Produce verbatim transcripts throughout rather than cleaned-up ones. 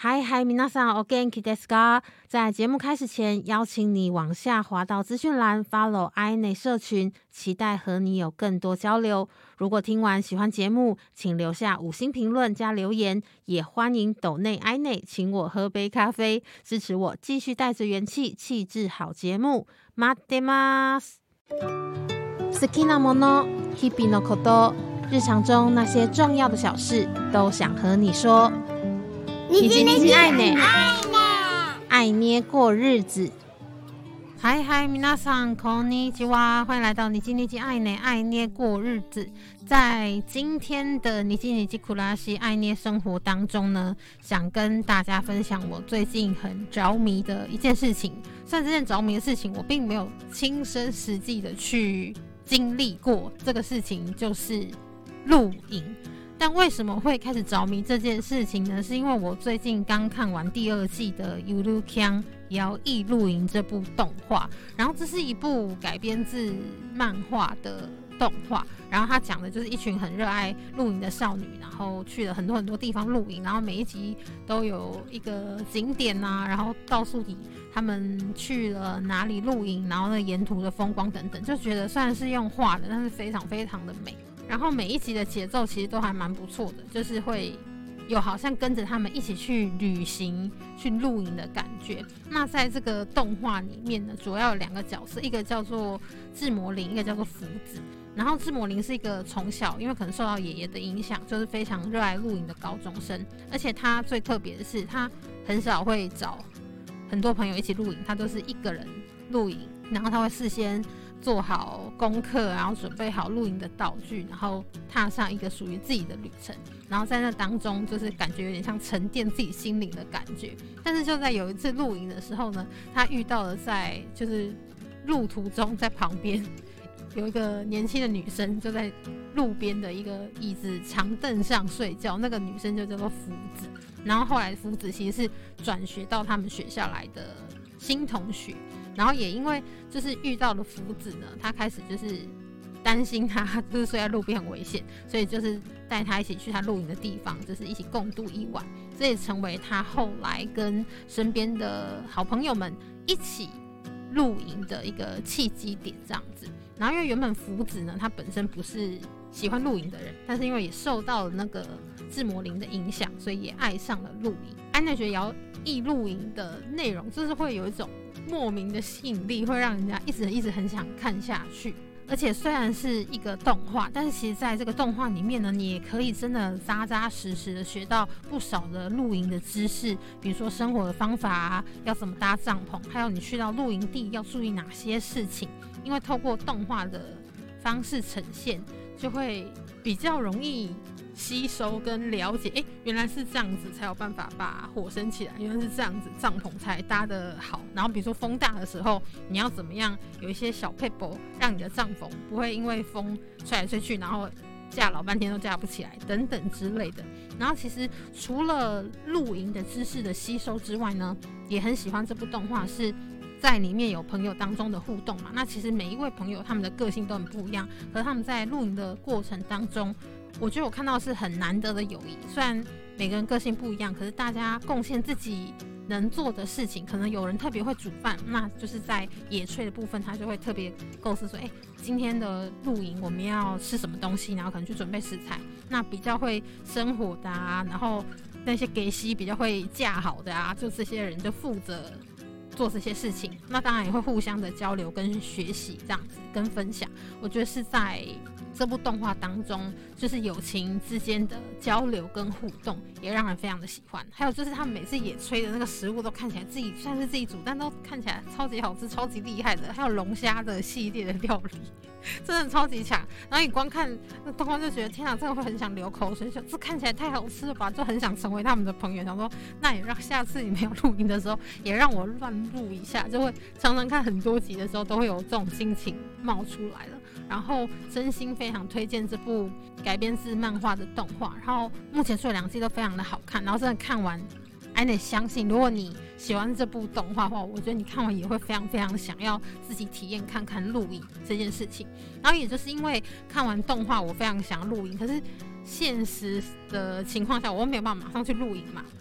嗨嗨，皆さんお元気ですか？在节目开始前，邀请你往下滑到资讯栏 follow aiine 社群，期待和你有更多交流。如果听完喜欢节目，请留下五星评论加留言，也欢迎抖内aiine请我喝杯咖啡，支持我继续带着元气气质好节目。待ってます。好きなもの、日々のこと、日常中那些重要的小事，都想和你说。你今天是爱呢，爱捏过日子。嗨嗨，皆さんこんにちは，欢迎来到你今天爱呢，爱捏过日子。在今天的你今天库拉西爱捏生活当中呢，想跟大家分享我最近很着迷的一件事情。虽然这件着迷的事情我并没有亲身实际的去经历过，这个事情就是露营。但为什么会开始着迷这件事情呢？是因为我最近刚看完第二季的《ゆるキャン摇曳露营》这部动画，然后这是一部改编自漫画的动画，然后它讲的就是一群很热爱露营的少女，然后去了很多很多地方露营，然后每一集都有一个景点啊，然后告诉你他们去了哪里露营，然后那沿途的风光等等，就觉得虽然是用画的，但是非常非常的美。然后每一集的节奏其实都还蛮不错的，就是会有好像跟着他们一起去旅行去露营的感觉。那在这个动画里面呢，主要有两个角色，一个叫做志摩林，一个叫做福子。然后志摩林是一个从小因为可能受到爷爷的影响，就是非常热爱露营的高中生，而且他最特别的是他很少会找很多朋友一起露营，他都是一个人露营，然后他会事先做好功课，然后准备好露营的道具，然后踏上一个属于自己的旅程，然后在那当中就是感觉有点像沉淀自己心灵的感觉。但是就在有一次露营的时候呢，他遇到了在就是路途中在旁边有一个年轻的女生就在路边的一个椅子长凳上睡觉，那个女生就叫做福子。然后后来福子其实是转学到他们学校来的新同学，然后也因为就是遇到了福子呢，他开始就是担心他就是睡在路边很危险，所以就是带他一起去他露营的地方，就是一起共度一晚，这也成为他后来跟身边的好朋友们一起露营的一个契机点这样子。然后因为原本福子呢，他本身不是喜欢露营的人，但是因为也受到了那个志摩林的影响，所以也爱上了露营。安奈觉得摇曳露营的内容就是会有一种莫名的吸引力，会让人家一直一直很想看下去。而且虽然是一个动画，但是其实在这个动画里面呢，你也可以真的扎扎实实的学到不少的露营的知识，比如说生活的方法啊，要怎么搭帐篷，还有你去到露营地要注意哪些事情。因为透过动画的方式呈现，就会比较容易吸收跟了解，哎，原来是这样子才有办法把火升起来，原来是这样子帐篷才搭得好。然后比如说风大的时候，你要怎么样有一些小撇步，让你的帐篷不会因为风吹来吹去，然后架老半天都架不起来等等之类的。然后其实除了露营的知识的吸收之外呢，也很喜欢这部动画是在里面有朋友当中的互动嘛。那其实每一位朋友他们的个性都很不一样，可是他们在露营的过程当中，我觉得我看到的是很难得的友谊。虽然每个人个性不一样，可是大家贡献自己能做的事情。可能有人特别会煮饭，那就是在野炊的部分他就会特别构思说，哎，今天的露营我们要吃什么东西，然后可能去准备食材。那比较会生火的啊，然后那些给息比较会架好的啊，就这些人就负责做这些事情。那当然也会互相的交流跟学习这样子跟分享。我觉得是在这部动画当中，就是友情之间的交流跟互动也让人非常的喜欢。还有就是他们每次野炊的那个食物都看起来自己算是自己煮，但都看起来超级好吃超级厉害的。还有龙虾的系列的料理真的超级强，然后你光看那动画就觉得天啊，真的会很想流口水，这看起来太好吃了吧，就很想成为他们的朋友。想说那也让下次你们有露营的时候也让我乱录一下，就会常常看很多集的时候都会有这种心情冒出来了。然后真心非常推荐这部改编自漫画的动画，然后目前所有两季都非常的好看，然后真的看完aiine相信如果你喜欢这部动画的话，我觉得你看完也会非常非常想要自己体验看看露营这件事情。然后也就是因为看完动画我非常想要露营，可是现实的情况下我没有办法马上去露营嘛，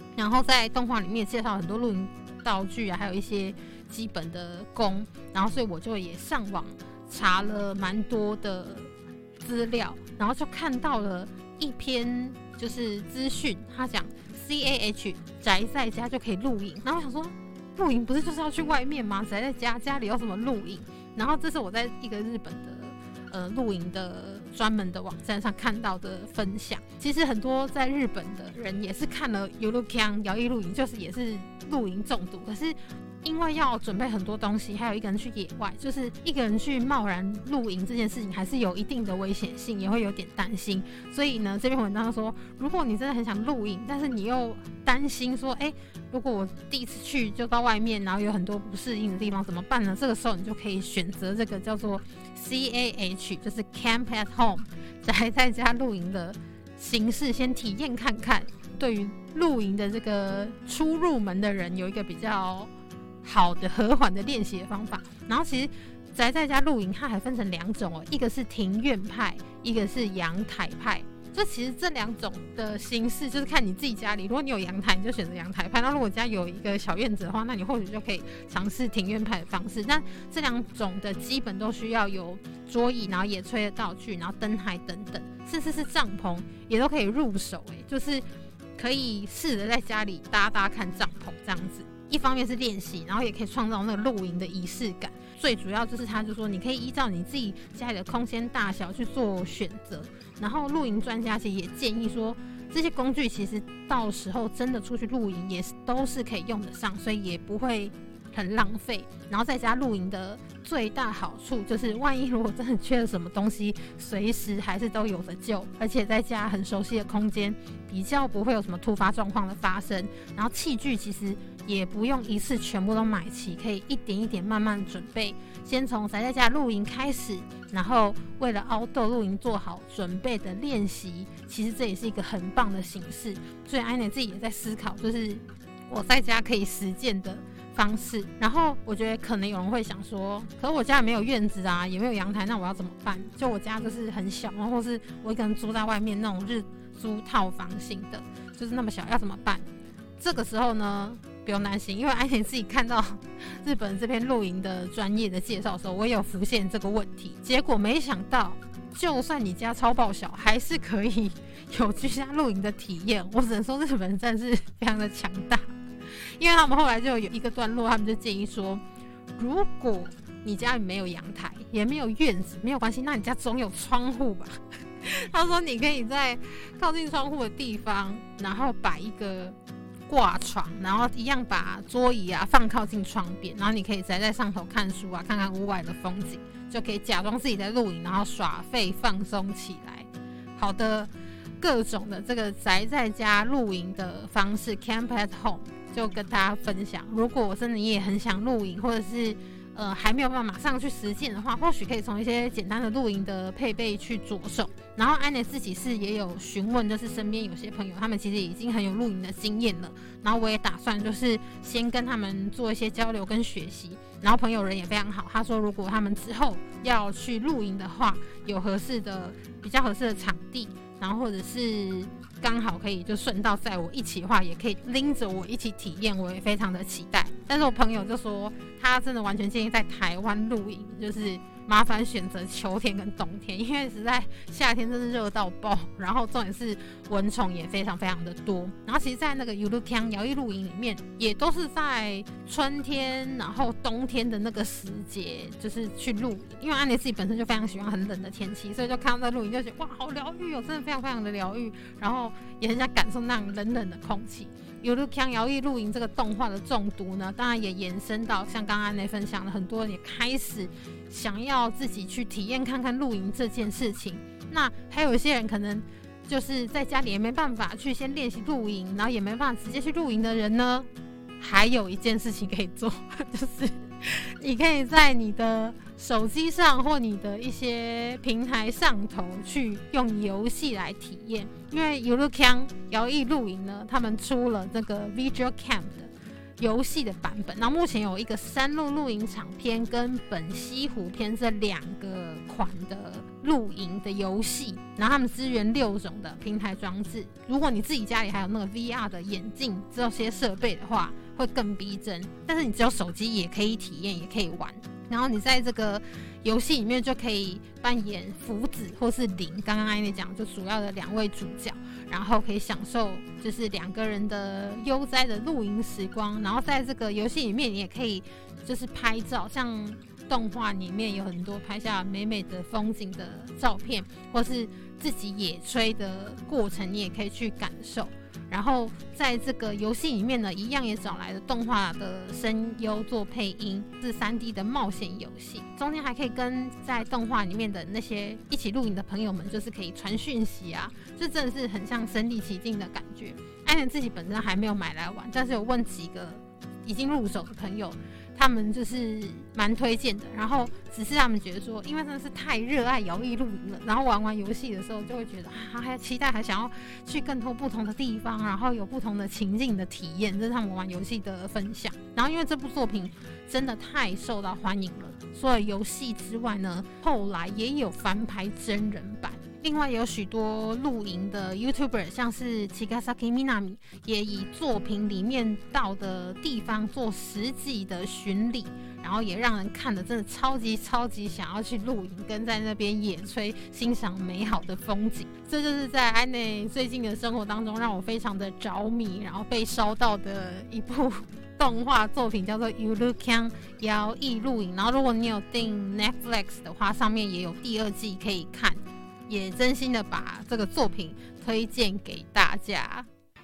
然后在动画里面介绍很多露营道具啊，还有一些基本的功，然后所以我就也上网查了蛮多的资料，然后就看到了一篇就是资讯，他讲 C A H 宅在家就可以露营，然后我想说露营不是就是要去外面吗？宅在家家里有什么露营？然后这是我在一个日本的呃露营的专门的网站上看到的分享。其实很多在日本的人也是看了 Yuru-Kyan 摇曳露营，就是也是露营中毒，可是因为要准备很多东西，还有一个人去野外，就是一个人去贸然露营这件事情还是有一定的危险性，也会有点担心。所以呢，这篇文章说，如果你真的很想露营，但是你又担心说，哎，如果我第一次去就到外面，然后有很多不适应的地方怎么办呢？这个时候你就可以选择这个叫做 C A H， 就是 Camp at Home， 宅在家露营的形式，先体验看看。对于露营的这个初入门的人，有一个比较好的和缓的练习的方法。然后其实宅在家露营它还分成两种哦，一个是庭院派，一个是阳台派。就其实这两种的形式就是看你自己家里，如果你有阳台你就选择阳台派，那如果家有一个小院子的话，那你或许就可以尝试庭院派的方式。但这两种的基本都需要有桌椅，然后野炊的道具，然后灯台等等，甚至是帐篷也都可以入手。哎，就是可以试着在家里搭搭看帐篷这样子，一方面是练习，然后也可以创造那个露营的仪式感。最主要就是他就说你可以依照你自己家里的空间大小去做选择，然后露营专家其实也建议说这些工具其实到时候真的出去露营也是都是可以用得上，所以也不会很浪费。然后在家露营的最大好处就是万一如果真的缺了什么东西，随时还是都有得救，而且在家很熟悉的空间比较不会有什么突发状况的发生。然后器具其实也不用一次全部都买齐，可以一点一点慢慢准备，先从宅在家露营开始，然后为了 outdoor 露营做好准备的练习，其实这也是一个很棒的形式。所以 Ainet 自己也在思考，就是我在家可以实践的方式。然后我觉得可能有人会想说，可是我家也没有院子啊，也没有阳台，那我要怎么办？就我家就是很小，然后或是我一个人租在外面那种日租套房型的，就是那么小，要怎么办？这个时候呢不用担心，因为Ainet自己看到日本这篇露营的专业的介绍的时候，我也有浮现这个问题。结果没想到就算你家超爆小，还是可以有居家露营的体验。我只能说日本人真的是非常的强大，因为他们后来就有一个段落，他们就建议说，如果你家里没有阳台也没有院子没有关系，那你家总有窗户吧。他说你可以在靠近窗户的地方，然后摆一个挂床，然后一样把桌椅啊放靠近窗边，然后你可以宅在上头看书啊，看看屋外的风景，就可以假装自己在露营，然后耍废放松起来。好的，各种的这个宅在家露营的方式 Camp at Home 就跟大家分享。如果我真的也很想露营，或者是呃还没有办法马上去实践的话，或许可以从一些简单的露营的配备去着手。然后Ainet自己是也有询问，就是身边有些朋友他们其实已经很有露营的经验了，然后我也打算就是先跟他们做一些交流跟学习。然后朋友人也非常好，他说如果他们之后要去露营的话，有合适的比较合适的场地，然后或者是刚好可以就顺道载我一起的话，也可以拎着我一起体验，我也非常的期待。但是我朋友就说他真的完全建议在台湾露营，就是麻烦选择秋天跟冬天，因为实在夏天真是热到爆，然后重点是蚊虫也非常非常的多。然后其实在那个 Yuru-Kyan 摇曳露营里面也都是在春天然后冬天的那个时节就是去露营，因为Ainet自己本身就非常喜欢很冷的天气，所以就看到在露营就觉得哇好疗愈哦，真的非常非常的疗愈，然后也很想感受那样冷冷的空气。Yuru-Kyan 摇曳露营这个动画的中毒呢，当然也延伸到像刚刚Ainet分享的，很多人也开始想要自己去体验看看露营这件事情。那还有一些人可能就是在家里也没办法去先练习露营，然后也没办法直接去露营的人呢，还有一件事情可以做，就是你可以在你的手机上或你的一些平台上头去用游戏来体验。因为 Yuru-Kyan 摇曳露营呢，他们出了这个 Visual Camp 的游戏的版本。然后目前有一个山路露营场篇跟本溪湖篇这两个款的露营的游戏，然后他们支援六种的平台装置。如果你自己家里还有那个 V R 的眼镜这些设备的话，会更逼真。但是你只有手机也可以体验，也可以玩。然后你在这个游戏里面就可以扮演福子或是林，刚刚艾妮讲就主要的两位主角，然后可以享受就是两个人的悠哉的露营时光。然后在这个游戏里面，你也可以就是拍照，像动画里面有很多拍下美美的风景的照片，或是自己野炊的过程，你也可以去感受。然后在这个游戏里面呢，一样也找来了动画的声优做配音，是 三 D 的冒险游戏。中间还可以跟在动画里面的那些一起露营的朋友们，就是可以传讯息啊，就真的是很像身临其境的感觉。艾伦自己本身还没有买来玩，但是有问几个已经入手的朋友，他们就是蛮推荐的。然后只是他们觉得说，因为真的是太热爱摇曳露营了，然后玩完游戏的时候就会觉得啊，还期待，还想要去更多不同的地方，然后有不同的情境的体验，这是他们玩游戏的分享。然后因为这部作品真的太受到欢迎了，所以游戏之外呢，后来也有翻拍真人版。另外有许多露营的 YouTuber， 像是 Chigasaki Minami， 也以作品里面到的地方做实际的巡礼，然后也让人看得真的超级超级想要去露营，跟在那边野炊，欣赏美好的风景。这就是在安内最近的生活当中让我非常的着迷，然后被烧到的一部动画作品，叫做 Yurukan 摇曳露营。然后如果你有订 Netflix 的话，上面也有第二季可以看。也真心的把这个作品推荐给大家。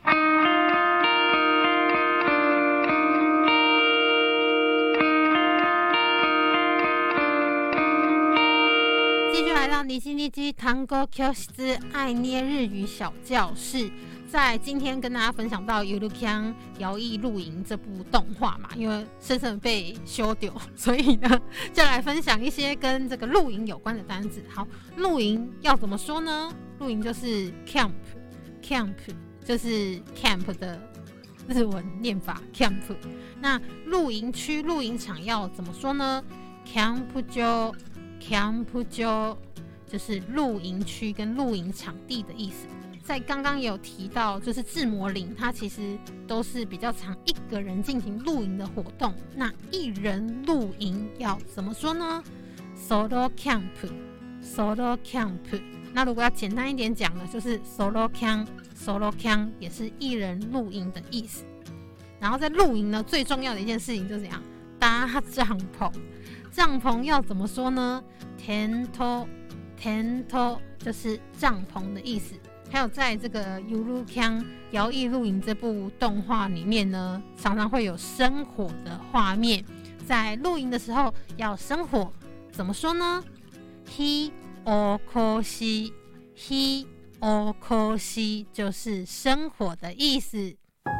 继续来到尼基尼基tango教室爱捏日语小教室，在今天跟大家分享到 Yurukan 摇曳露营这部动画嘛，因为深深被修丢，所以呢就来分享一些跟这个露营有关的单字。好，露营要怎么说呢？露营就是 camp， camp 就是 camp 的日文念法 camp。那露营区、露营场要怎么说呢？ camp 就 camp 就就是露营区跟露营场地的意思。在刚刚有提到，就是志摩林，它其实都是比较常一个人进行露营的活动。那一人露营要怎么说呢？ Solo camp Solo camp。 那如果要简单一点讲呢，就是 Solo camp Solo camp 也是一人露营的意思。然后在露营呢，最重要的一件事情就是怎样搭帐篷。帐篷要怎么说呢？ Tento Tento 就是帐篷的意思。还有在这个 Yurukan 摇曳露营这部动画里面呢，常常会有生火的画面。在露营的时候要生火，怎么说呢？ Hi okoshi Hi okoshi 就是生火的意思。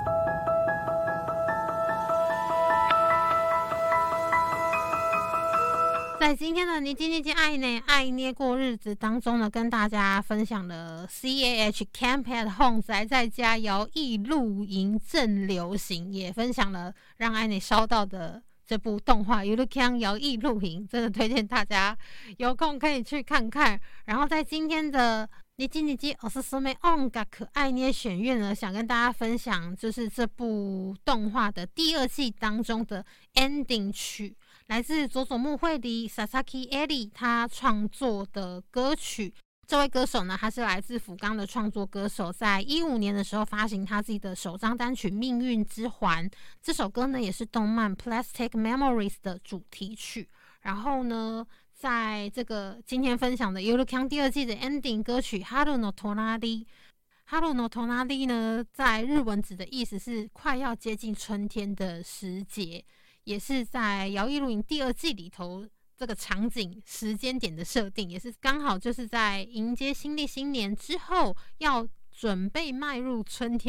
在今天的尼基尼基爱呢爱捏过日子当中呢，跟大家分享了 C A H Camp at Home 宅在家摇曳露营正流行，也分享了让爱呢烧到的这部动画 Yurukan 摇曳露营，真的推荐大家有空可以去看看。然后在今天的尼基尼基おすすめ音楽愛捏选乐呢，想跟大家分享就是这部动画的第二季当中的 ending 曲，来自佐佐木惠梨 Sasaki Eri 他创作的歌曲。这位歌手呢，他是来自福冈的创作歌手，在一五年的时候发行他自己的首张单曲《命运之环》。这首歌呢，也是动漫 Plastic Memories 的主题曲。然后呢，在这个今天分享的 Yurukan 第二季的 ending 歌曲 Haru no Tonari Haru no Tonari 呢，在日文指的意思是快要接近春天的时节，也是在摇曳露营第二季里头这个场景时间点的设定，也是刚好就是在迎接新历新年之后，要准备迈入春天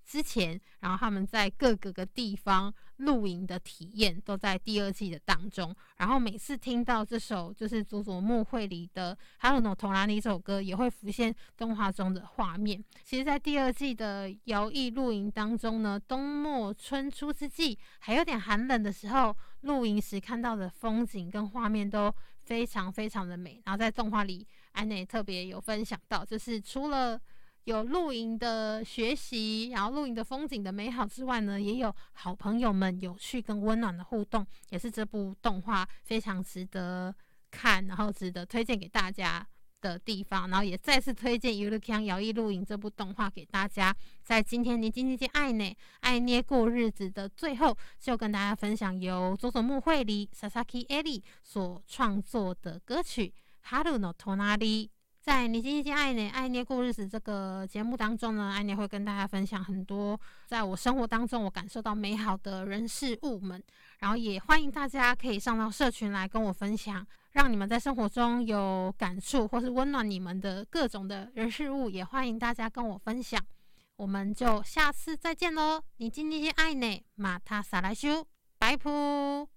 之前，然后他们在各个个地方露营的体验都在第二季的当中。然后每次听到这首就是佐佐木绘里的《Haru no Tonari》这首歌，也会浮现动画中的画面。其实，在第二季的摇曳露营当中呢，冬末春初之际，还有点寒冷的时候，露营时看到的风景跟画面都非常非常的美。然后在动画里，安内特别有分享到，就是除了有露营的学习，然后露营的风景的美好之外呢，也有好朋友们有趣跟温暖的互动，也是这部动画非常值得看，然后值得推荐给大家的地方。然后也再次推荐《ゆるキャン摇曳露营》这部动画给大家。在今天你今天爱呢爱捏过日子的最后，就跟大家分享由佐佐木绘里 Sasaki Eri 所创作的歌曲《Haru no Tonari》。在你今天爱呢爱捏过日子这个节目当中呢，爱捏会跟大家分享很多在我生活当中我感受到美好的人事物们，然后也欢迎大家可以上到社群来跟我分享，让你们在生活中有感触或是温暖你们的各种的人事物，也欢迎大家跟我分享。我们就下次再见咯，你今天爱呢，また再来週，拜拜。